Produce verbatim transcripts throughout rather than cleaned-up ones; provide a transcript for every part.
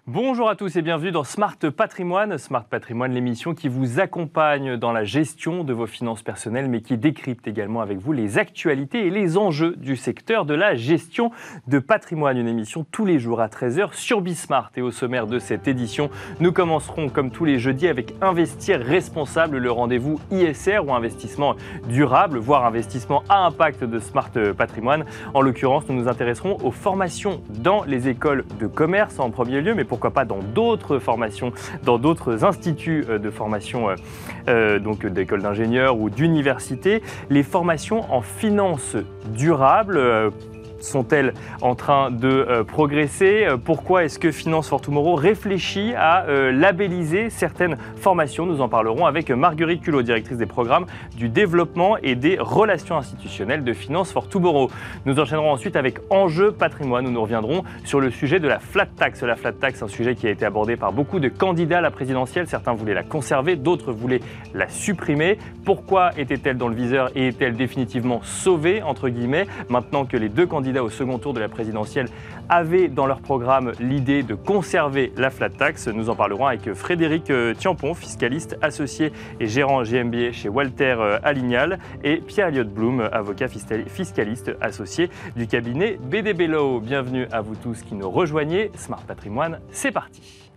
Bonjour à tous et bienvenue dans Smart Patrimoine. Smart Patrimoine, l'émission qui vous accompagne dans la gestion de vos finances personnelles, mais qui décrypte également avec vous les actualités et les enjeux du secteur de la gestion de patrimoine. Une émission tous les jours à treize heures sur Bismart. Et au sommaire de cette édition, nous commencerons comme tous les jeudis avec Investir responsable, le rendez-vous I S R ou investissement durable, voire investissement à impact de Smart Patrimoine. En l'occurrence, nous nous intéresserons aux formations dans les écoles de commerce en premier lieu, mais pour pourquoi pas dans d'autres formations, dans d'autres instituts de formation, euh, donc d'écoles d'ingénieurs ou d'universités. Les formations en finance durable, euh, sont-elles en train de euh, progresser ? Pourquoi est-ce que Finance for Tomorrow réfléchit à euh, labelliser certaines formations ? Nous en parlerons avec Marguerite Culot, directrice des programmes du développement et des relations institutionnelles de Finance for Tomorrow. Nous enchaînerons ensuite avec Enjeux patrimoine, où nous reviendrons sur le sujet de la flat tax. La flat tax, un sujet qui a été abordé par beaucoup de candidats à la présidentielle. Certains voulaient la conserver, d'autres voulaient la supprimer. Pourquoi était-elle dans le viseur et est-elle définitivement sauvée, entre guillemets, maintenant que les deux candidats au second tour de la présidentielle avaient dans leur programme l'idée de conserver la flat tax. Nous en parlerons avec Frédéric Tiampon, fiscaliste associé et gérant G M B A chez Walter Alignal, et Pierre-Elliott Blum, avocat fiscaliste associé du cabinet B D B Law. Bienvenue à vous tous qui nous rejoignez. Smart Patrimoine, c'est parti.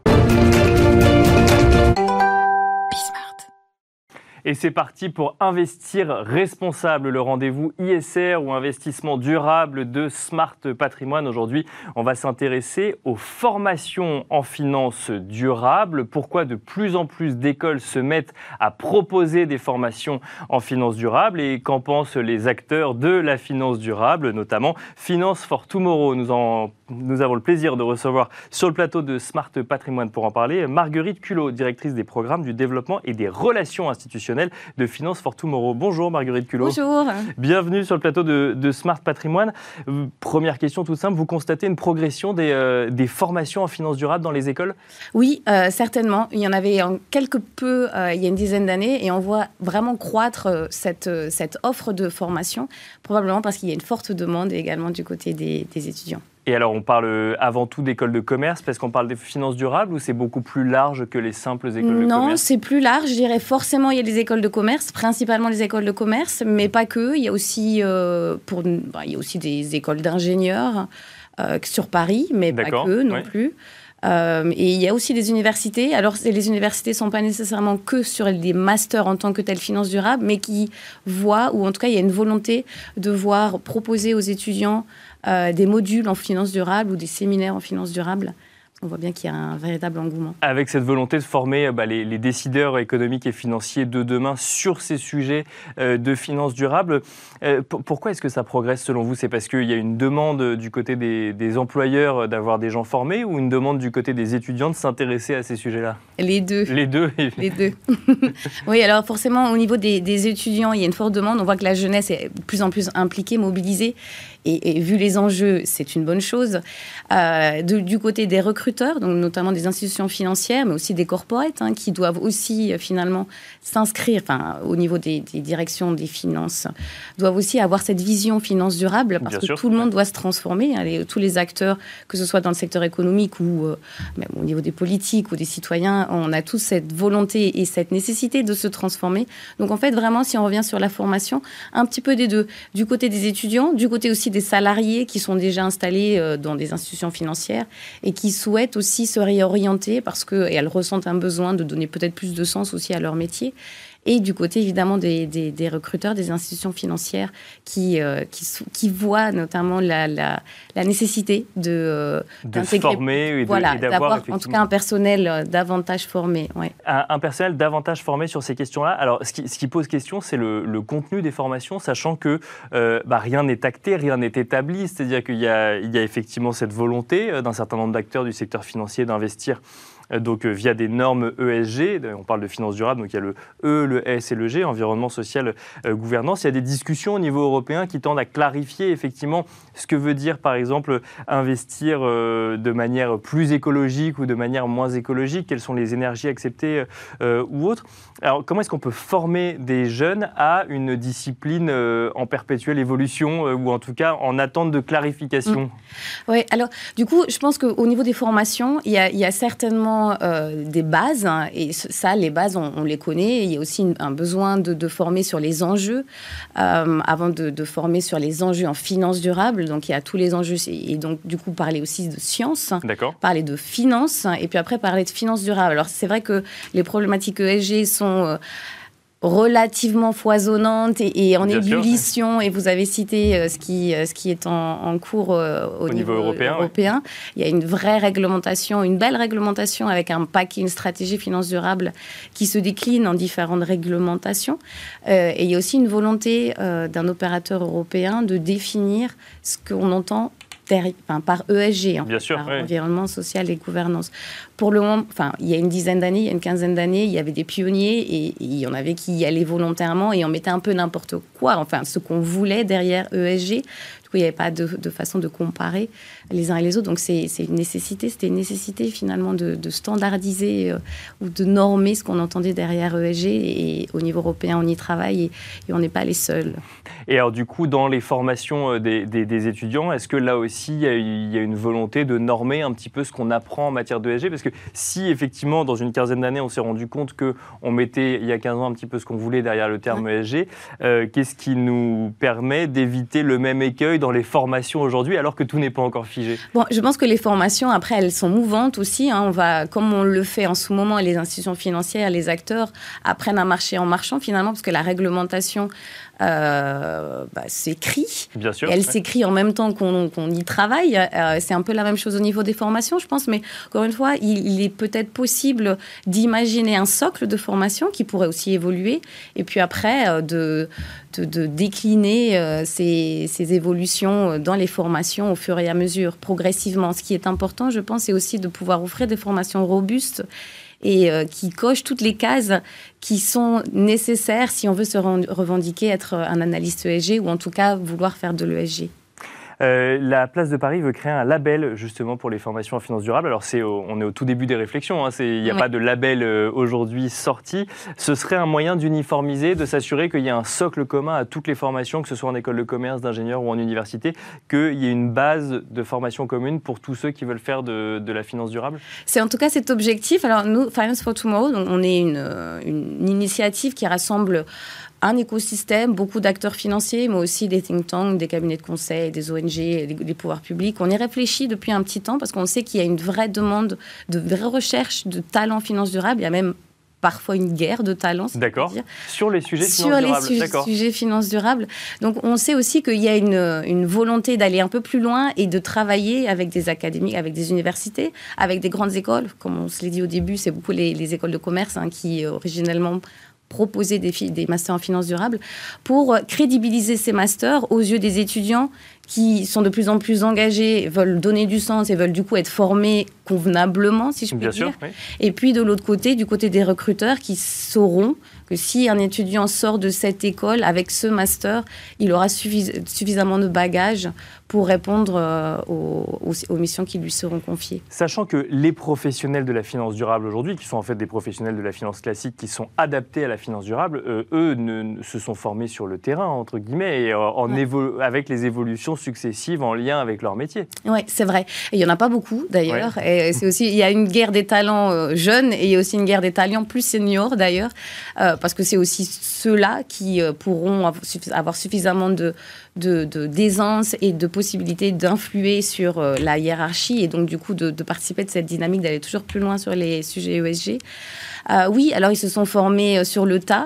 Et c'est parti pour Investir responsable, le rendez-vous I S R ou investissement durable de Smart Patrimoine. Aujourd'hui, on va s'intéresser aux formations en finance durable. Pourquoi de plus en plus d'écoles se mettent à proposer des formations en finance durable et qu'en pensent les acteurs de la finance durable, notamment Finance for Tomorrow. Nous, en, nous avons le plaisir de recevoir sur le plateau de Smart Patrimoine pour en parler Marguerite Culot, directrice des programmes du développement et des relations institutionnelles de Finance for Tomorrow. Bonjour Marguerite Culot. Bonjour. Bienvenue sur le plateau de, de Smart Patrimoine. Première question toute simple, vous constatez une progression des, euh, des formations en finance durable dans les écoles ? Oui, euh, certainement. Il y en avait en quelque peu euh, il y a une dizaine d'années et on voit vraiment croître euh, cette, euh, cette offre de formation, probablement parce qu'il y a une forte demande également du côté des, des étudiants. Et alors, on parle avant tout d'écoles de commerce, parce qu'on parle des finances durables, ou c'est beaucoup plus large que les simples écoles de non, commerce ? Non, c'est plus large. Je dirais forcément, il y a les écoles de commerce, principalement les écoles de commerce, mais pas que. Il y a aussi, euh, pour, bah, il y a aussi des écoles d'ingénieurs euh, sur Paris, mais D'accord, pas que non ouais. plus. Euh, et il y a aussi des universités. Alors, les universités ne sont pas nécessairement que sur des masters en tant que tels finance durable, mais qui voient, ou en tout cas, il y a une volonté de voir proposer aux étudiants euh, des modules en finance durable ou des séminaires en finance durable. On voit bien qu'il y a un véritable engouement. Avec cette volonté de former bah, les, les décideurs économiques et financiers de demain sur ces sujets euh, de finances durables, euh, p- pourquoi est-ce que ça progresse selon vous ? C'est parce qu'il y a une demande du côté des, des employeurs d'avoir des gens formés ou une demande du côté des étudiants de s'intéresser à ces sujets-là ? Les deux. Les deux. Les deux. Oui, alors forcément, au niveau des, des étudiants, il y a une forte demande. On voit que la jeunesse est de plus en plus impliquée, mobilisée. Et, et vu les enjeux, c'est une bonne chose. Euh, de, du côté des recruteurs, donc notamment des institutions financières, mais aussi des corporates, hein, qui doivent aussi euh, finalement s'inscrire, enfin, au niveau des, des directions des finances, doivent aussi avoir cette vision finance durable, parce Bien que sûr. tout le monde doit se transformer. Hein, les, tous les acteurs, que ce soit dans le secteur économique ou euh, même au niveau des politiques ou des citoyens, on a tous cette volonté et cette nécessité de se transformer. Donc en fait, vraiment, si on revient sur la formation, un petit peu des deux. Du côté des étudiants, du côté aussi des salariés qui sont déjà installés euh, dans des institutions financières et qui souhaitent aussi se réorienter parce qu'elles ressentent un besoin de donner peut-être plus de sens aussi à leur métier. Et du côté, évidemment, des, des, des recruteurs, des institutions financières qui, euh, qui, qui voient notamment la, la, la nécessité de, euh, de se former et, de, voilà, et d'avoir en tout cas un personnel euh, davantage formé. Ouais. Un, un personnel davantage formé sur ces questions-là. Alors, ce qui, ce qui pose question, c'est le, le contenu des formations, sachant que euh, bah, rien n'est acté, rien n'est établi. C'est-à-dire qu'il y a, il y a effectivement cette volonté euh, d'un certain nombre d'acteurs du secteur financier d'investir euh, donc euh, via des normes E S G. On parle de finances durables, donc il y a le E, le S et le G, environnement, social, euh, gouvernance. Il y a des discussions au niveau européen qui tendent à clarifier effectivement ce que veut dire, par exemple, investir euh, de manière plus écologique ou de manière moins écologique, quelles sont les énergies acceptées euh, ou autres. Alors, comment est-ce qu'on peut former des jeunes à une discipline euh, en perpétuelle évolution euh, ou en tout cas en attente de clarification? Mmh. Oui, alors du coup, je pense qu'au niveau des formations, il y a, il y a certainement euh, des bases, hein, et ça, les bases, on, on les connaît. Il y a aussi une, un besoin de, de former sur les enjeux, euh, avant de, de former sur les enjeux en finance durable. Donc, il y a tous les enjeux, et donc, du coup, parler aussi de science, D'accord. Parler de finance, et puis après, parler de finance durable. Alors, c'est vrai que les problématiques E S G sont euh, relativement foisonnante et, et en Bien ébullition. Sûr, oui. Et vous avez cité euh, ce, qui, euh, ce qui est en, en cours euh, au, au niveau, niveau européen. européen. Oui. Il y a une vraie réglementation, une belle réglementation avec un paquet, une stratégie finance durable qui se décline en différentes réglementations. Euh, et il y a aussi une volonté euh, d'un opérateur européen de définir ce qu'on entend Enfin, par E S G, en Bien fait, sûr, par oui. environnement, social et gouvernance. Pour le moment, enfin, il y a une dizaine d'années, il y a une quinzaine d'années, il y avait des pionniers et, et il y en avait qui y allaient volontairement et on mettait un peu n'importe quoi, enfin, ce qu'on voulait derrière E S G. Du coup, il n'y avait pas de, de façon de comparer les uns et les autres. Donc, c'est, c'est une nécessité, c'était une nécessité finalement de, de standardiser euh, ou de normer ce qu'on entendait derrière E S G. Et au niveau européen, on y travaille et, et on n'est pas les seuls. Et alors, du coup, dans les formations des, des, des étudiants, est-ce que là aussi, il y, a, il y a une volonté de normer un petit peu ce qu'on apprend en matière d'E S G? Parce que si, effectivement, dans une quinzaine d'années, on s'est rendu compte qu'on mettait, il y a quinze ans, un petit peu ce qu'on voulait derrière le terme ouais. E S G, euh, qu'est-ce qui nous permet d'éviter le même écueil dans les formations aujourd'hui, alors que tout n'est pas encore figé? Bon, je pense que les formations, après, elles sont mouvantes aussi. Hein. On va, comme on le fait en ce moment, les institutions financières, les acteurs apprennent à marcher en marchant, finalement, parce que la réglementation Euh, bah, s'écrit. Bien sûr. Et elle ouais. s'écrit en même temps qu'on, qu'on y travaille. Euh, c'est un peu la même chose au niveau des formations, je pense. Mais encore une fois, il, il est peut-être possible d'imaginer un socle de formation qui pourrait aussi évoluer. Et puis après, euh, de, de, de décliner euh, ces, ces évolutions dans les formations au fur et à mesure, progressivement. Ce qui est important, je pense, c'est aussi de pouvoir offrir des formations robustes et euh, qui cochent toutes les cases qui sont nécessaires si on veut se revendiquer être un analyste E S G ou en tout cas vouloir faire de l'E S G. Euh, la place de Paris veut créer un label justement pour les formations en finance durable. Alors c'est au, on est au tout début des réflexions, hein, il n'y a oui. pas de label euh, aujourd'hui sorti. Ce serait un moyen d'uniformiser, de s'assurer qu'il y a un socle commun à toutes les formations, que ce soit en école de commerce, d'ingénieur ou en université, qu'il y ait une base de formation commune pour tous ceux qui veulent faire de, de la finance durable? C'est en tout cas cet objectif. Alors nous, Finance for Tomorrow, on est une, une initiative qui rassemble un écosystème, beaucoup d'acteurs financiers, mais aussi des think tanks, des cabinets de conseil, des O N G, des, des pouvoirs publics. On y réfléchit depuis un petit temps parce qu'on sait qu'il y a une vraie demande, de vraie recherche de talents finance durable. Il y a même parfois une guerre de talents. D'accord. Dire. Sur les sujets finance Sur durable. les su- sujets finance durable. Donc, on sait aussi qu'il y a une, une volonté d'aller un peu plus loin et de travailler avec des académies, avec des universités, avec des grandes écoles. Comme on se l'a dit au début, c'est beaucoup les, les écoles de commerce hein, qui, originellement, proposer des, fi- des masters en finance durable pour crédibiliser ces masters aux yeux des étudiants qui sont de plus en plus engagés, veulent donner du sens et veulent du coup être formés convenablement, si je puis Bien dire. sûr, oui. Et puis de l'autre côté, du côté des recruteurs qui sauront que si un étudiant sort de cette école avec ce master, il aura suffis- suffisamment de bagages pour répondre euh, aux, aux, aux missions qui lui seront confiées. Sachant que les professionnels de la finance durable aujourd'hui, qui sont en fait des professionnels de la finance classique, qui sont adaptés à la finance durable, euh, eux ne, ne se sont formés sur le terrain, entre guillemets, et euh, en ouais. évo- avec les évolutions successives en lien avec leur métier. Oui, c'est vrai. Et il n'y en a pas beaucoup, d'ailleurs. Ouais. Et c'est aussi, il y a une guerre des talents euh, jeunes et il y a aussi une guerre des talents plus seniors, d'ailleurs, euh, parce que c'est aussi ceux-là qui euh, pourront avoir suffisamment de, de, de, d'aisance et de possibilité d'influer sur euh, la hiérarchie et donc, du coup, de, de participer de cette dynamique, d'aller toujours plus loin sur les sujets E S G. Euh, oui, alors ils se sont formés sur le tas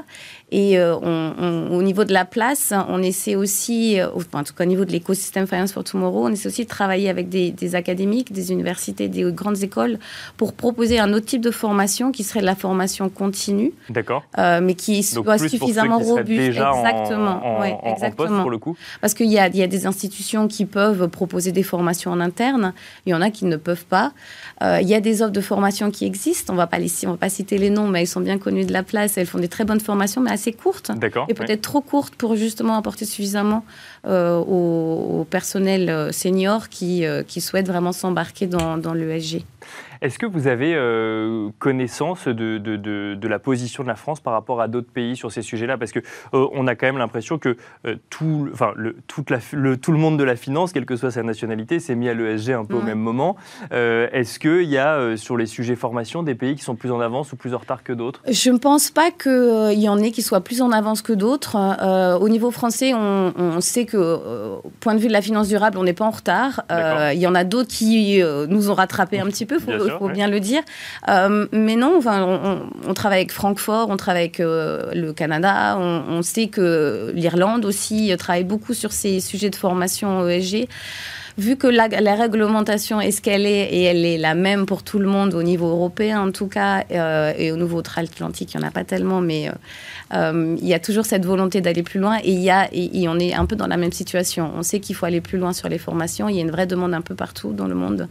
Et euh, on, on, au niveau de la place, on essaie aussi, euh, enfin, en tout cas au niveau de l'écosystème Finance for Tomorrow, on essaie aussi de travailler avec des, des académiques, des universités, des grandes écoles pour proposer un autre type de formation qui serait de la formation continue. D'accord. Euh, mais qui Donc soit plus suffisamment pour ceux qui robuste. déjà exactement. En, en, ouais, en, exactement. en poste pour le coup. Parce qu'il y a, il y a des institutions qui peuvent proposer des formations en interne, il y en a qui ne peuvent pas. Euh, il y a des offres de formation qui existent, on ne va pas les, on va pas citer les noms, mais elles sont bien connues de la place, elles font des très bonnes formations, mais assez courtes. D'accord. Et peut-être ouais. trop courtes pour justement apporter suffisamment euh, au, au personnel senior qui, euh, qui souhaite vraiment s'embarquer dans, dans l'E S G. Est-ce que vous avez euh, connaissance de, de, de, de la position de la France par rapport à d'autres pays sur ces sujets-là? Parce qu'on euh, a quand même l'impression que euh, tout, enfin, le, toute la, le, tout le monde de la finance, quelle que soit sa nationalité, s'est mis à l'E S G un peu mmh. au même moment. Euh, est-ce qu'il y a, euh, sur les sujets formation, des pays qui sont plus en avance ou plus en retard que d'autres? Je ne pense pas qu'il euh, y en ait qui soient plus en avance que d'autres. Euh, au niveau français, on, on sait que, euh, au point de vue de la finance durable, on n'est pas en retard. Euh, il y en a d'autres qui euh, nous ont rattrapés un petit peu, faut, il faut ouais. bien le dire. Euh, mais non, enfin, on, on travaille avec Francfort, on travaille avec euh, le Canada, on, on sait que l'Irlande aussi travaille beaucoup sur ces sujets de formation E S G. Vu que la, la réglementation est ce qu'elle est, et elle est la même pour tout le monde au niveau européen en tout cas, euh, et au niveau outre-Atlantique, il n'y en a pas tellement, mais euh, euh, il y a toujours cette volonté d'aller plus loin, et, il y a, et, et on est un peu dans la même situation. On sait qu'il faut aller plus loin sur les formations, il y a une vraie demande un peu partout dans le monde,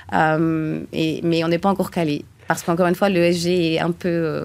euh, et, mais on n'est pas encore calé, parce qu'encore une fois, l'E S G est un peu... Euh,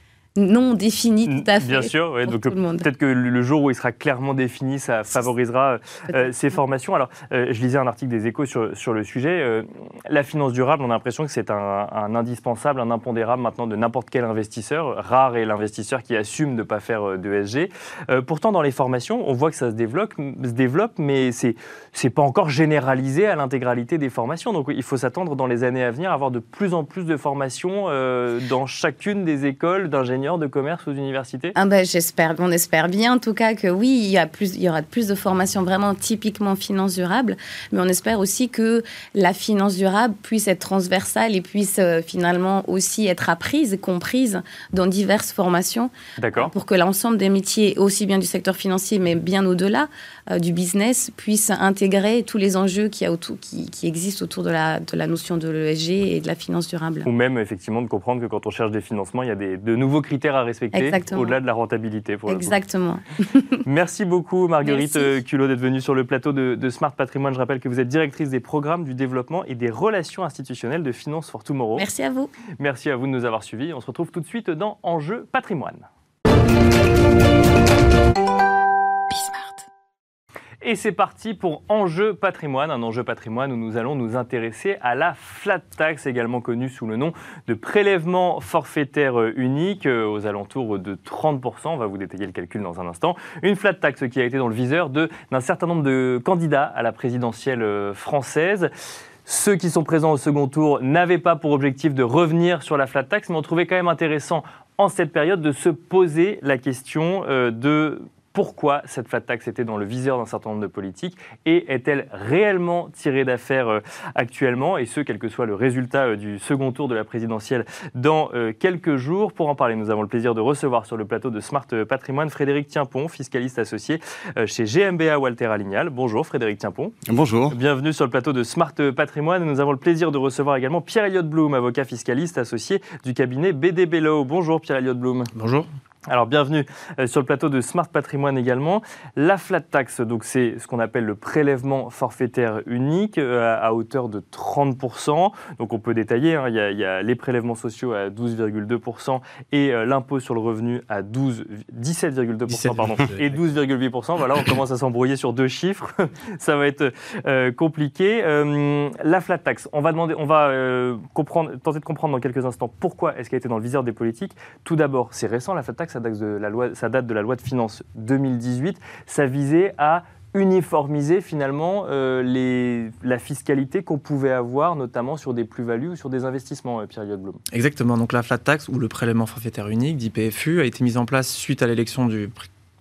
non défini tout à fait. Bien sûr, ouais, donc peut-être que le jour où il sera clairement défini, ça favorisera euh, ces formations. Alors, euh, je lisais un article des Échos sur, sur le sujet. Euh, la finance durable, on a l'impression que c'est un, un indispensable, un impondérable maintenant de n'importe quel investisseur. Rare est l'investisseur qui assume de ne pas faire d'E S G. Euh, pourtant, dans les formations, on voit que ça se développe, se développe mais c'est c'est pas encore généralisé à l'intégralité des formations. Donc, il faut s'attendre dans les années à venir à avoir de plus en plus de formations euh, dans chacune des écoles d'ingénieurs de commerce aux universités? Ah ben, j'espère, on espère bien en tout cas que oui, il y, a plus, il y aura plus de formations vraiment typiquement finance durable, mais on espère aussi que la finance durable puisse être transversale et puisse euh, finalement aussi être apprise et comprise dans diverses formations. D'accord. Euh, pour que l'ensemble des métiers, aussi bien du secteur financier, mais bien au-delà euh, du business, puissent intégrer tous les enjeux qui, a autour, qui, qui existent autour de la, de la notion de l'E S G et de la finance durable. Ou même effectivement de comprendre que quand on cherche des financements, il y a des, de nouveaux critères à respecter. Exactement. Au-delà de la rentabilité. Pour Exactement. Merci beaucoup Marguerite Merci. Culot d'être venue sur le plateau de, de Smart Patrimoine. Je rappelle que vous êtes directrice des programmes du développement et des relations institutionnelles de Finance for Tomorrow. Merci à vous. Merci à vous de nous avoir suivis. On se retrouve tout de suite dans Enjeu Patrimoine. Et c'est parti pour Enjeu Patrimoine, un enjeu patrimoine où nous allons nous intéresser à la flat tax, également connue sous le nom de prélèvement forfaitaire unique, aux alentours de trente pour cent. On va vous détailler le calcul dans un instant. Une flat tax qui a été dans le viseur de, d'un certain nombre de candidats à la présidentielle française. Ceux qui sont présents au second tour n'avaient pas pour objectif de revenir sur la flat tax, mais on trouvait quand même intéressant en cette période de se poser la question de... Pourquoi cette flat tax était dans le viseur d'un certain nombre de politiques et est-elle réellement tirée d'affaire euh, actuellement, et ce, quel que soit le résultat euh, du second tour de la présidentielle dans euh, quelques jours. Pour en parler, nous avons le plaisir de recevoir sur le plateau de Smart Patrimoine Frédéric Tienpon, fiscaliste associé euh, chez G M B A Walter Alignal. Bonjour Frédéric Tienpon. Bonjour. Bienvenue sur le plateau de Smart Patrimoine. Nous avons le plaisir de recevoir également Pierre-Elliott Blum, avocat fiscaliste associé du cabinet B D Bello. Bonjour Pierre-Elliott Blum. Bonjour. Alors, bienvenue sur le plateau de Smart Patrimoine également. La flat tax, donc c'est ce qu'on appelle le prélèvement forfaitaire unique à, à hauteur de trente pour cent. Donc, on peut détailler, hein, il, y a, il y a les prélèvements sociaux à douze virgule deux pour cent et euh, l'impôt sur le revenu à dix-sept virgule deux pour cent pardon, et douze virgule huit pour cent. Voilà, on commence à s'embrouiller sur deux chiffres. Ça va être euh, compliqué. Euh, la flat tax, on va, demander, on va euh, comprendre, tenter de comprendre dans quelques instants pourquoi est-ce qu'elle a été dans le viseur des politiques. Tout d'abord, c'est récent, la flat tax. Ça date, de la loi, ça date de la loi de finances deux mille dix-huit. Ça visait à uniformiser finalement euh, les, la fiscalité qu'on pouvait avoir, notamment sur des plus-values ou sur des investissements, euh, Pierre-Elliott Blum. Exactement. Donc la flat tax, ou le prélèvement forfaitaire unique, dit P F U, a été mise en place suite à l'élection du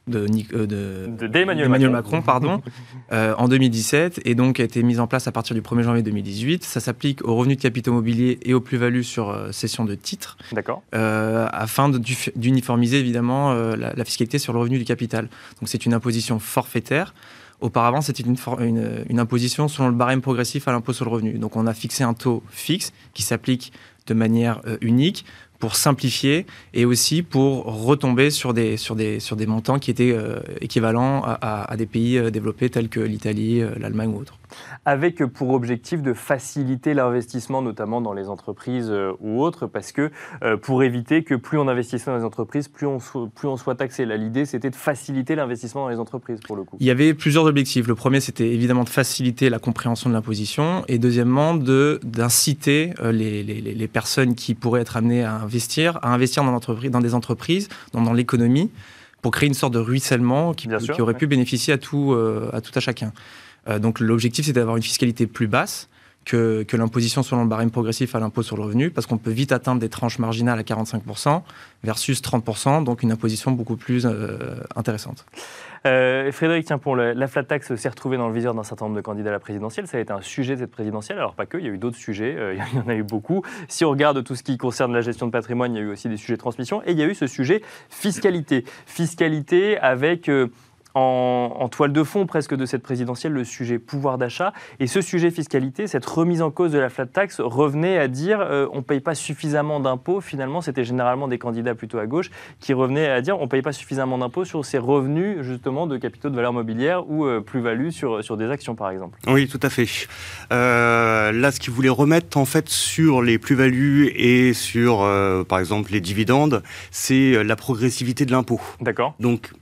de, de, de, d'Emmanuel Macron, Macron pardon, euh, en deux mille dix-sept, et donc a été mise en place à partir du premier janvier deux mille dix-huit. Ça s'applique aux revenus de capitaux mobiliers et aux plus-values sur euh, cession de titres, D'accord. Euh, afin de, d'uniformiser évidemment euh, la, la fiscalité sur le revenu du capital. Donc c'est une imposition forfaitaire. Auparavant, c'était une, une, une imposition selon le barème progressif à l'impôt sur le revenu. Donc on a fixé un taux fixe qui s'applique de manière euh, unique pour simplifier et aussi pour retomber sur des, sur des, sur des montants qui étaient euh, équivalents à, à, à des pays euh, développés tels que l'Italie, euh, l'Allemagne ou autres. Avec pour objectif de faciliter l'investissement, notamment dans les entreprises euh, ou autres, parce que euh, pour éviter que plus on investissait dans les entreprises, plus on, so- plus on soit taxé. Là, l'idée, c'était de faciliter l'investissement dans les entreprises, pour le coup. Il y avait plusieurs objectifs. Le premier, c'était évidemment de faciliter la compréhension de l'imposition et deuxièmement, de, d'inciter euh, les, les, les personnes qui pourraient être amenées à investir, à investir dans, l'entreprise, dans des entreprises, dans, dans l'économie, pour créer une sorte de ruissellement qui, sûr, qui aurait ouais. pu bénéficier à tout, euh, à tout à chacun. Euh, donc l'objectif, c'est d'avoir une fiscalité plus basse que, que l'imposition selon le barème progressif à l'impôt sur le revenu, parce qu'on peut vite atteindre des tranches marginales à quarante-cinq pour cent versus trente pour cent, donc une imposition beaucoup plus euh, intéressante. Euh, Frédéric Tienpont, la, la flat tax s'est retrouvée dans le viseur d'un certain nombre de candidats à la présidentielle. Ça a été un sujet de cette présidentielle. Alors pas que, il y a eu d'autres sujets, euh, il y en a eu beaucoup. Si on regarde tout ce qui concerne la gestion de patrimoine, il y a eu aussi des sujets de transmission. Et il y a eu ce sujet fiscalité. Fiscalité avec... Euh, En, en toile de fond presque de cette présidentielle, le sujet pouvoir d'achat. Et ce sujet fiscalité, cette remise en cause de la flat tax revenait à dire euh, on ne paye pas suffisamment d'impôts. Finalement, c'était généralement des candidats plutôt à gauche qui revenaient à dire on ne paye pas suffisamment d'impôts sur ces revenus justement de capitaux de valeur mobilière ou euh, plus-value sur, sur des actions par exemple. Oui, tout à fait. Euh, là, ce qu'ils voulaient remettre en fait sur les plus-values et sur euh, par exemple les dividendes, c'est la progressivité de l'impôt. D'accord. Donc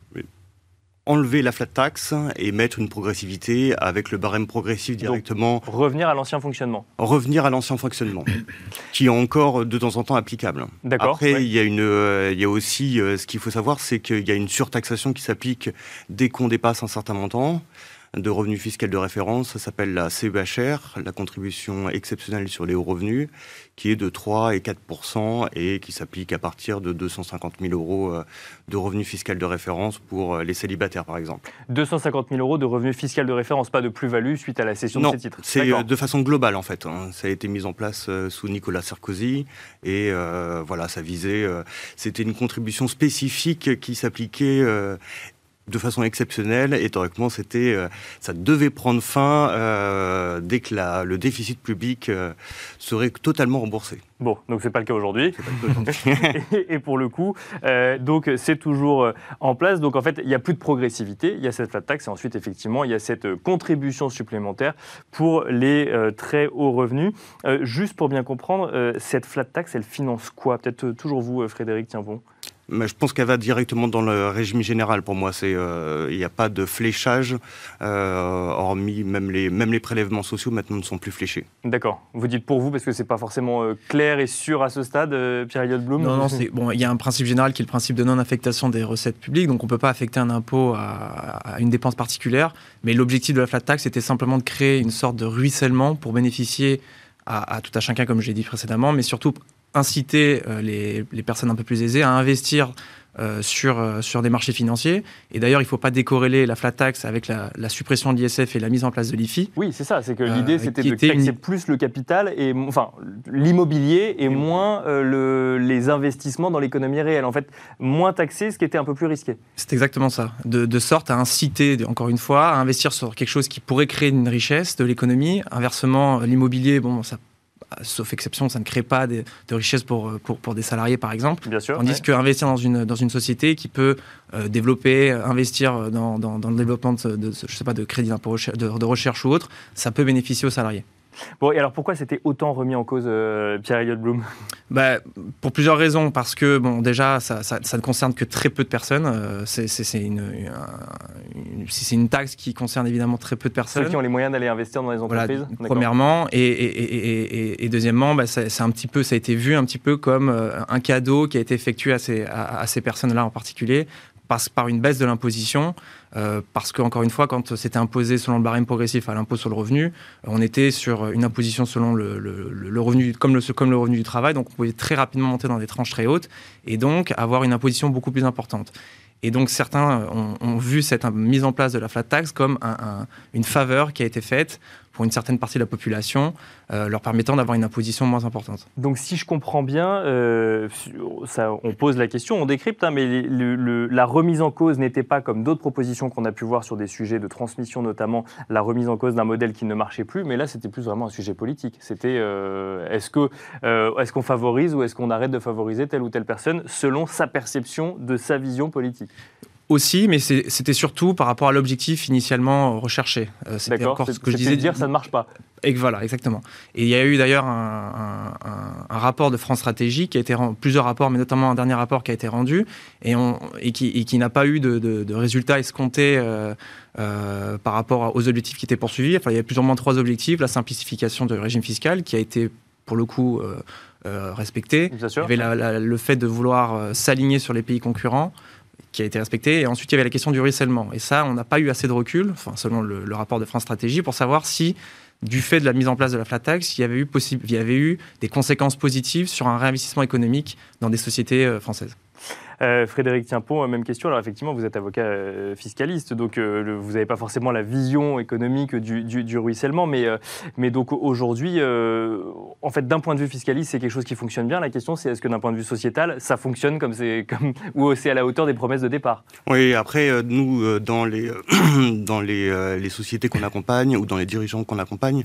enlever la flat tax et mettre une progressivité avec le barème progressif directement. Donc, revenir à l'ancien fonctionnement. Revenir à l'ancien fonctionnement, qui est encore de temps en temps applicable. D'accord. Après, ouais. il y a une, euh, il y a aussi, euh, ce qu'il faut savoir, c'est qu'il y a une surtaxation qui s'applique dès qu'on dépasse un certain montant de revenus fiscal de référence. Ça s'appelle la C E H R, la contribution exceptionnelle sur les hauts revenus, qui est de trois et quatre pour cent et qui s'applique à partir de deux cent cinquante mille euros de revenus fiscal de référence pour les célibataires, par exemple. deux cent cinquante mille euros de revenus fiscal de référence, pas de plus-value suite à la cession non, de ces titres. C'est D'accord. de façon globale, en fait. Ça a été mis en place sous Nicolas Sarkozy et euh, voilà, ça visait... Euh, c'était une contribution spécifique qui s'appliquait... Euh, de façon exceptionnelle, et théoriquement, c'était, euh, ça devait prendre fin euh, dès que la, le déficit public euh, serait totalement remboursé. Bon, donc c'est pas le cas aujourd'hui. C'est pas le cas aujourd'hui. et, et pour le coup, euh, donc c'est toujours en place. Donc en fait, il n'y a plus de progressivité. Il y a cette flat tax et ensuite, effectivement, il y a cette contribution supplémentaire pour les euh, très hauts revenus. Euh, juste pour bien comprendre, euh, cette flat tax, elle finance quoi ? Peut-être euh, toujours vous, euh, Frédéric Tienpont. Mais je pense qu'elle va directement dans le régime général. Pour moi, il n'y euh, a pas de fléchage, euh, hormis même les, même les prélèvements sociaux maintenant ne sont plus fléchés. D'accord. Vous dites pour vous parce que ce n'est pas forcément euh, clair et sûr à ce stade, euh, Pierre-Elliott Blum. Non, non, c'est, bon, il y a un principe général qui est le principe de non-affectation des recettes publiques, donc on ne peut pas affecter un impôt à, à une dépense particulière, mais l'objectif de la flat tax était simplement de créer une sorte de ruissellement pour bénéficier à, à tout à chacun, comme je l'ai dit précédemment, mais surtout inciter euh, les, les personnes un peu plus aisées à investir euh, sur, euh, sur des marchés financiers. Et d'ailleurs, il ne faut pas décorréler la flat tax avec la, la suppression de l'I S F et la mise en place de l'I F I. Oui, c'est ça. C'est que l'idée, euh, c'était de taxer une... plus le capital, et, enfin, l'immobilier et moins euh, le, les investissements dans l'économie réelle. En fait, moins taxer, ce qui était un peu plus risqué. C'est exactement ça. De, de sorte à inciter, encore une fois, à investir sur quelque chose qui pourrait créer une richesse de l'économie. Inversement, l'immobilier, bon, ça sauf exception, ça ne crée pas de, de richesse pour, pour, pour des salariés, par exemple. Bien sûr. Tandis ouais. qu'investir dans une, dans une société qui peut euh, développer, investir dans, dans, dans le développement de, de, je sais pas, de crédit d'impôt de, de recherche ou autre, ça peut bénéficier aux salariés. Bon, et alors pourquoi c'était autant remis en cause, euh, Pierre-Elliott Blum ? Bah, pour plusieurs raisons. Parce que, bon, déjà, ça, ça, ça ne concerne que très peu de personnes. Euh, c'est, c'est, c'est, une, une, c'est une taxe qui concerne évidemment très peu de personnes. Ceux qui ont les moyens d'aller investir dans les entreprises. Voilà, premièrement. Et, et, et, et, et deuxièmement, bah, ça, c'est un petit peu, ça a été vu un petit peu comme euh, un cadeau qui a été effectué à ces, à, à ces personnes-là en particulier. Passe par une baisse de l'imposition, euh, parce qu'encore une fois, quand c'était imposé selon le barème progressif à l'impôt sur le revenu, on était sur une imposition selon le, le, le revenu, comme le, comme le revenu du travail, donc on pouvait très rapidement monter dans des tranches très hautes, et donc avoir une imposition beaucoup plus importante. Et donc certains ont, ont vu cette mise en place de la flat tax comme un, un, une faveur qui a été faite pour une certaine partie de la population, euh, leur permettant d'avoir une imposition moins importante. Donc si je comprends bien, euh, ça, on pose la question, on décrypte, hein, mais le, le, la remise en cause n'était pas comme d'autres propositions qu'on a pu voir sur des sujets de transmission, notamment la remise en cause d'un modèle qui ne marchait plus, mais là c'était plus vraiment un sujet politique. C'était euh, est-ce que, euh, est-ce qu'on favorise ou est-ce qu'on arrête de favoriser telle ou telle personne selon sa perception de sa vision politique ? Aussi, mais c'est, c'était surtout par rapport à l'objectif initialement recherché. Euh, c'était D'accord, encore ce que je disais. Dire ça ne marche pas. Et voilà, exactement. Et il y a eu d'ailleurs un, un, un, un rapport de France Stratégie qui a été rendu, plusieurs rapports, mais notamment un dernier rapport qui a été rendu et, on, et, qui, et qui n'a pas eu de, de, de résultats escomptés euh, euh, par rapport aux objectifs qui étaient poursuivis. Enfin, il y a plus ou moins trois objectifs. La simplification du régime fiscal qui a été, pour le coup, euh, euh, respectée. Bien sûr. Il y avait la, la, le fait de vouloir euh, s'aligner sur les pays concurrents, qui a été respecté. Et ensuite, il y avait la question du ruissellement. Et ça, on n'a pas eu assez de recul, enfin, selon le, le rapport de France Stratégie, pour savoir si, du fait de la mise en place de la flat tax, il y avait eu, possible, il y avait eu des conséquences positives sur un réinvestissement économique dans des sociétés euh, françaises. Euh, Frédéric Tienpont, même question. Alors effectivement, vous êtes avocat euh, fiscaliste, donc euh, le, vous n'avez pas forcément la vision économique du, du, du ruissellement, mais, euh, mais donc aujourd'hui, euh, en fait, d'un point de vue fiscaliste, c'est quelque chose qui fonctionne bien. La question, c'est est-ce que d'un point de vue sociétal, ça fonctionne comme c'est, comme, ou c'est à la hauteur des promesses de départ ? Oui, après, euh, nous, euh, dans les, euh, dans les, euh, les sociétés qu'on accompagne ou dans les dirigeants qu'on accompagne,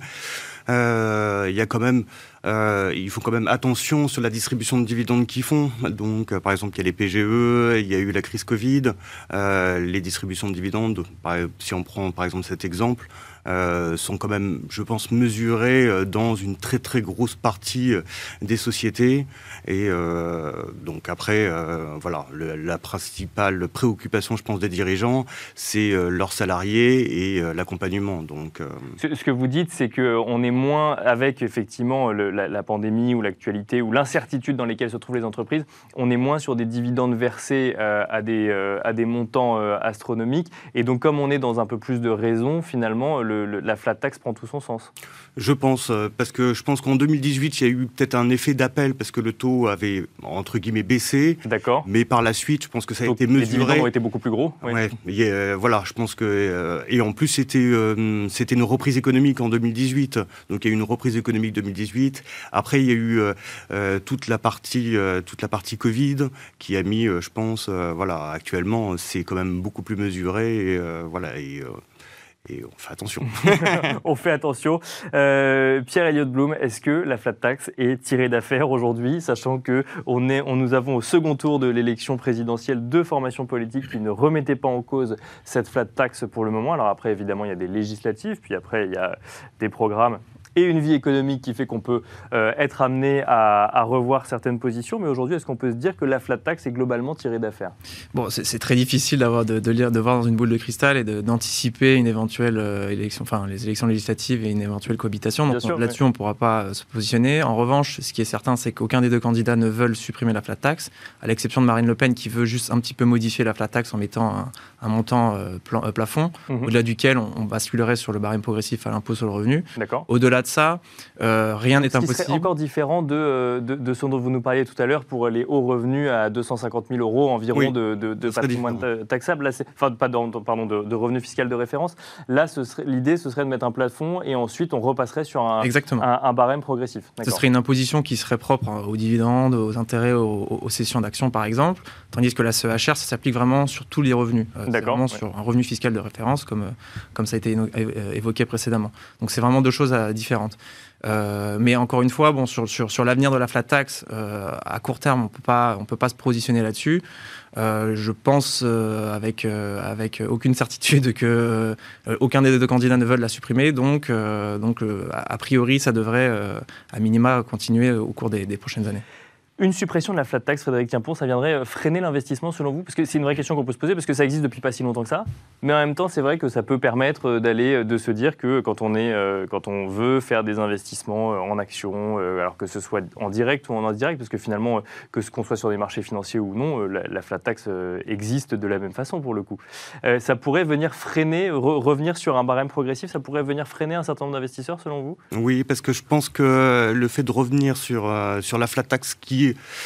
euh, il y a quand même Euh, ils font quand même attention sur la distribution de dividendes qu'ils font. Donc, euh, par exemple, il y a les P G E, il y a eu la crise Covid, euh, les distributions de dividendes, par, si on prend par exemple cet exemple, euh, sont quand même, je pense, mesurées dans une très très grosse partie des sociétés. Et euh, donc après, euh, voilà, le, la principale préoccupation, je pense, des dirigeants, c'est euh, leurs salariés et euh, l'accompagnement. Donc, euh... ce, ce que vous dites, c'est qu'on est moins avec effectivement le, la, la pandémie ou l'actualité ou l'incertitude dans lesquelles se trouvent les entreprises, on est moins sur des dividendes versés euh, à, des, euh, à des montants euh, astronomiques. Et donc, comme on est dans un peu plus de raison, finalement, le, le, la flat tax prend tout son sens. Je pense, parce que je pense qu'en deux mille dix-huit, il y a eu peut-être un effet d'appel parce que le taux avait, entre guillemets, baissé. D'accord. Mais par la suite, je pense que ça a donc, été mesuré. Les dividendes ont été beaucoup plus gros. Oui. Ouais, et, euh, voilà, je pense que... Euh, et en plus, c'était, euh, c'était une reprise économique en deux mille dix-huit. Donc, il y a eu une reprise économique deux mille dix-huit. Après, il y a eu euh, toute la partie, euh, toute la partie Covid qui a mis, euh, je pense, euh, voilà, actuellement, c'est quand même beaucoup plus mesuré. Et, euh, voilà, et... Euh, Et on fait attention. On fait attention. Euh, Pierre-Elliott Blum, est-ce que la flat tax est tirée d'affaire aujourd'hui, sachant que on est, on, nous avons au second tour de l'élection présidentielle deux formations politiques qui ne remettaient pas en cause cette flat tax pour le moment. Alors après, évidemment, il y a des législatives, puis après, il y a des programmes et une vie économique qui fait qu'on peut euh, être amené à, à revoir certaines positions. Mais aujourd'hui, est-ce qu'on peut se dire que la flat tax est globalement tirée d'affaire ? Bon, c'est, c'est très difficile d'avoir, de, de, lire, de voir dans une boule de cristal et de, d'anticiper une éventuelle euh, élection, enfin les élections législatives et une éventuelle cohabitation. Donc sûr, on, là-dessus, oui. on ne pourra pas euh, se positionner. En revanche, ce qui est certain, c'est qu'aucun des deux candidats ne veulent supprimer la flat tax, à l'exception de Marine Le Pen qui veut juste un petit peu modifier la flat tax en mettant un, un montant euh, plan, euh, plafond, mm-hmm. au-delà duquel on, on basculerait sur le barème progressif à l'impôt sur le revenu. D'accord. Au-delà de ça, Euh, rien n'est impossible. Ce qui serait encore différent de, de, de ce dont vous nous parliez tout à l'heure pour les hauts revenus à deux cent cinquante mille euros environ oui, de, de, de patrimoine différent. taxable. Là, c'est, enfin, pas de, pardon, de, de revenus fiscal de référence. Là, ce serait, l'idée, ce serait de mettre un plafond et ensuite on repasserait sur un, un, un barème progressif. D'accord. Ce serait une imposition qui serait propre aux dividendes, aux intérêts, aux, aux cessions d'actions par exemple, tandis que la C E H R, ça s'applique vraiment sur tous les revenus. Euh, c'est vraiment ouais. sur un revenu fiscal de référence, comme, comme ça a été évoqué précédemment. Donc c'est vraiment deux choses différentes. Euh, mais encore une fois, bon, sur, sur, sur l'avenir de la flat tax, euh, à court terme, on peut pas, on peut pas se positionner là-dessus. Euh, je pense euh, avec, euh, avec aucune certitude que euh, aucun des deux candidats ne veulent la supprimer. Donc, euh, donc euh, a priori, ça devrait, euh, à minima, continuer au cours des, des prochaines années. Une suppression de la flat tax, Frédéric Tienpont, ça viendrait freiner l'investissement selon vous ? Parce que c'est une vraie question qu'on peut se poser, parce que ça existe depuis pas si longtemps que ça. Mais en même temps, c'est vrai que ça peut permettre d'aller, de se dire que quand on, est, quand on veut faire des investissements en actions, alors que ce soit en direct ou en indirect, parce que finalement, que ce qu'on soit sur des marchés financiers ou non, la, la flat tax existe de la même façon pour le coup. Ça pourrait venir freiner, re- revenir sur un barème progressif, ça pourrait venir freiner un certain nombre d'investisseurs selon vous ? Oui, parce que je pense que le fait de revenir sur, euh, sur la flat tax qui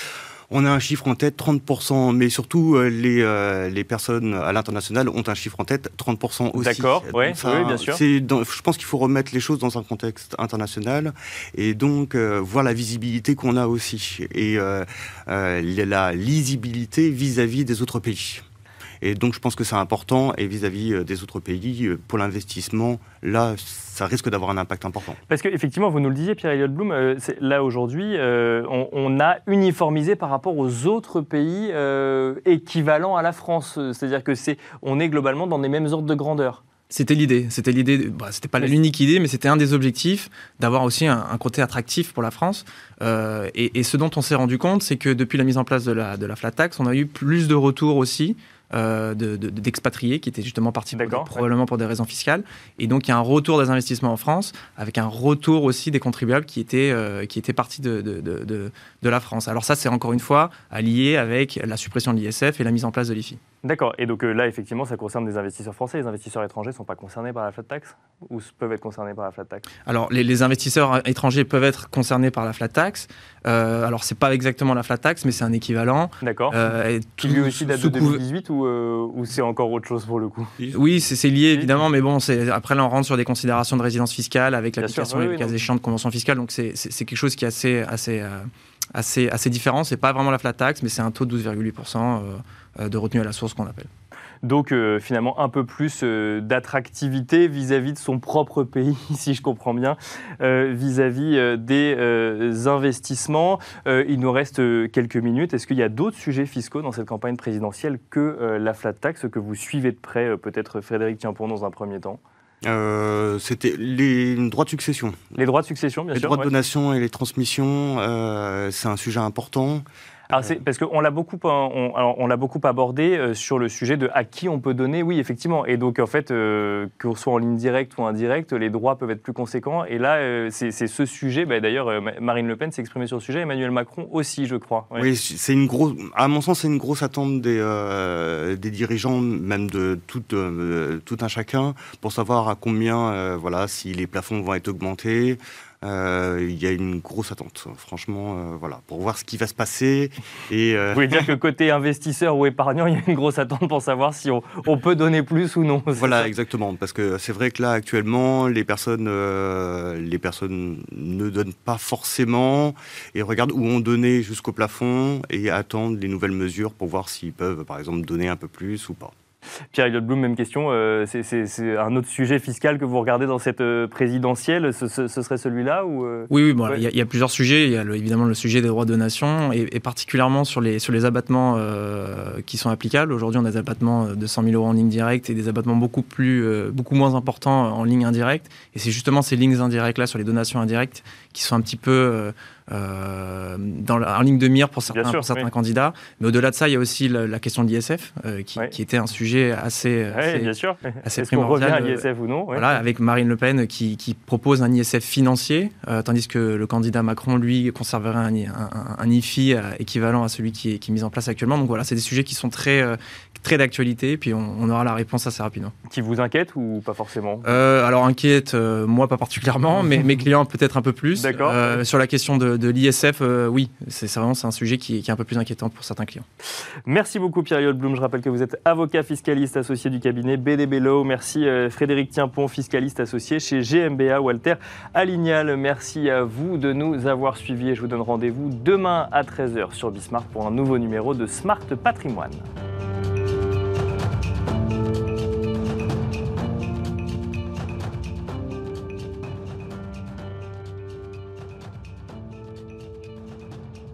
On a un chiffre en tête, trente pour cent, mais surtout euh, les, euh, les personnes à l'international ont un chiffre en tête, trente pour cent aussi. D'accord, ouais, ça, oui, bien sûr. Dans, je pense qu'il faut remettre les choses dans un contexte international et donc euh, voir la visibilité qu'on a aussi et euh, euh, la lisibilité vis-à-vis des autres pays. Et donc je pense que c'est important et vis-à-vis des autres pays, pour l'investissement, là, ça risque d'avoir un impact important. Parce qu'effectivement, vous nous le disiez, Pierre-Elliott Blum, euh, là aujourd'hui, euh, on, on a uniformisé par rapport aux autres pays euh, équivalents à la France. C'est-à-dire que c'est, on est globalement dans les mêmes ordres de grandeur. C'était l'idée. C'était l'idée. Bah, c'était pas l'unique idée, mais c'était un des objectifs d'avoir aussi un, un côté attractif pour la France. Euh, et, et ce dont on s'est rendu compte, c'est que depuis la mise en place de la, de la flat tax, on a eu plus de retours aussi. Euh, de, de, d'expatriés qui étaient justement partis pour, probablement pour des raisons fiscales. Et donc, il y a un retour des investissements en France, avec un retour aussi des contribuables qui étaient, euh, qui étaient partis de, de, de, de, de la France. Alors ça, c'est encore une fois allié avec la suppression de l'I S F et la mise en place de l'I F I. D'accord. Et donc euh, là, effectivement, ça concerne des investisseurs français. Les investisseurs étrangers ne sont pas concernés par la flat tax ou peuvent être concernés par la flat tax? Alors, les, les investisseurs étrangers peuvent être concernés par la flat tax. Euh, alors, c'est pas exactement la flat tax, mais c'est un équivalent. D'accord. Euh, qui lui aussi date de deux mille dix-huit ou, euh, ou c'est encore autre chose pour le coup? Oui, c'est, c'est lié évidemment, mais bon, c'est, après là, on rentre sur des considérations de résidence fiscale avec l'application, oui, les cas échéants de convention fiscale. Donc, c'est, c'est, c'est quelque chose qui est assez, assez, euh, assez, assez différent. C'est pas vraiment la flat tax, mais c'est un taux de douze virgule huit pour cent euh, de retenue à la source qu'on appelle. Donc euh, finalement un peu plus euh, d'attractivité vis-à-vis de son propre pays, si je comprends bien, euh, vis-à-vis euh, des euh, investissements. Euh, il nous reste euh, quelques minutes. Est-ce qu'il y a d'autres sujets fiscaux dans cette campagne présidentielle que euh, la flat tax que vous suivez de près, euh, peut-être Frédéric Tienpon dans un premier temps? Euh, c'était les droits de succession. Les droits de succession, bien les sûr. Les droits ouais. de donation et les transmissions, euh, c'est un sujet important. Alors c'est parce qu'on l'a beaucoup, on, alors on l'a beaucoup abordé euh, sur le sujet de à qui on peut donner, oui effectivement, et donc en fait euh, que ce soit en ligne directe ou indirecte, les droits peuvent être plus conséquents. Et là euh, c'est, c'est ce sujet. Bah, d'ailleurs euh, Marine Le Pen s'est exprimée sur le sujet, Emmanuel Macron aussi, je crois. Ouais. Oui, c'est une grosse. À mon sens, c'est une grosse attente des euh, des dirigeants, même de tout euh, tout un chacun, pour savoir à combien, euh, voilà, si les plafonds vont être augmentés. Euh, il y a une grosse attente, franchement, euh, voilà, pour voir ce qui va se passer. Et euh... Vous voulez dire que côté investisseur ou épargnant, il y a une grosse attente pour savoir si on, on peut donner plus ou non. Voilà, ça exactement, parce que c'est vrai que là, actuellement, les personnes, euh, les personnes ne donnent pas forcément et regardent où on donnait jusqu'au plafond et attendent les nouvelles mesures pour voir s'ils peuvent, par exemple, donner un peu plus ou pas. Pierre-Elliott Blum, même question. Euh, c'est, c'est, c'est un autre sujet fiscal que vous regardez dans cette euh, présidentielle. Ce, ce, ce serait celui-là ou euh... Oui, oui. Bon, il ouais. y, y a plusieurs sujets. Il y a le, évidemment le sujet des droits de donation et, et particulièrement sur les sur les abattements euh, qui sont applicables. Aujourd'hui, on a des abattements de cent mille euros en ligne directe et des abattements beaucoup plus euh, beaucoup moins importants en ligne indirecte. Et c'est justement ces lignes indirectes là sur les donations indirectes qui sont un petit peu euh, Euh, dans la, en ligne de mire pour certains, sûr, pour certains oui. candidats. Mais au-delà de ça, il y a aussi la, la question de l'I S F, euh, qui, oui. qui était un sujet assez, oui, assez, bien sûr. assez Est-ce primordial. Qu'on revient à l'I S F ou non voilà, oui. Avec Marine Le Pen qui, qui propose un I S F financier, euh, tandis que le candidat Macron, lui, conserverait un, un, un I F I équivalent à celui qui est, qui est mis en place actuellement. Donc voilà, c'est des sujets qui sont très, euh, très d'actualité, puis on, on aura la réponse assez rapidement. Qui vous inquiète ou pas forcément? euh, Alors inquiète, euh, moi pas particulièrement, mais mes clients peut-être un peu plus. D'accord. Euh, sur la question de, de l'I S F, euh, oui, c'est, c'est vraiment c'est un sujet qui est, qui est un peu plus inquiétant pour certains clients. Merci beaucoup Pierre-Elliott Blum. Je rappelle que vous êtes avocat fiscaliste associé du cabinet B D B Law. Merci euh, Frédéric Tienpon, fiscaliste associé chez G M B A Walter Alignal. Merci à vous de nous avoir suivis et je vous donne rendez-vous demain à treize heures sur Bismart pour un nouveau numéro de Smart Patrimoine.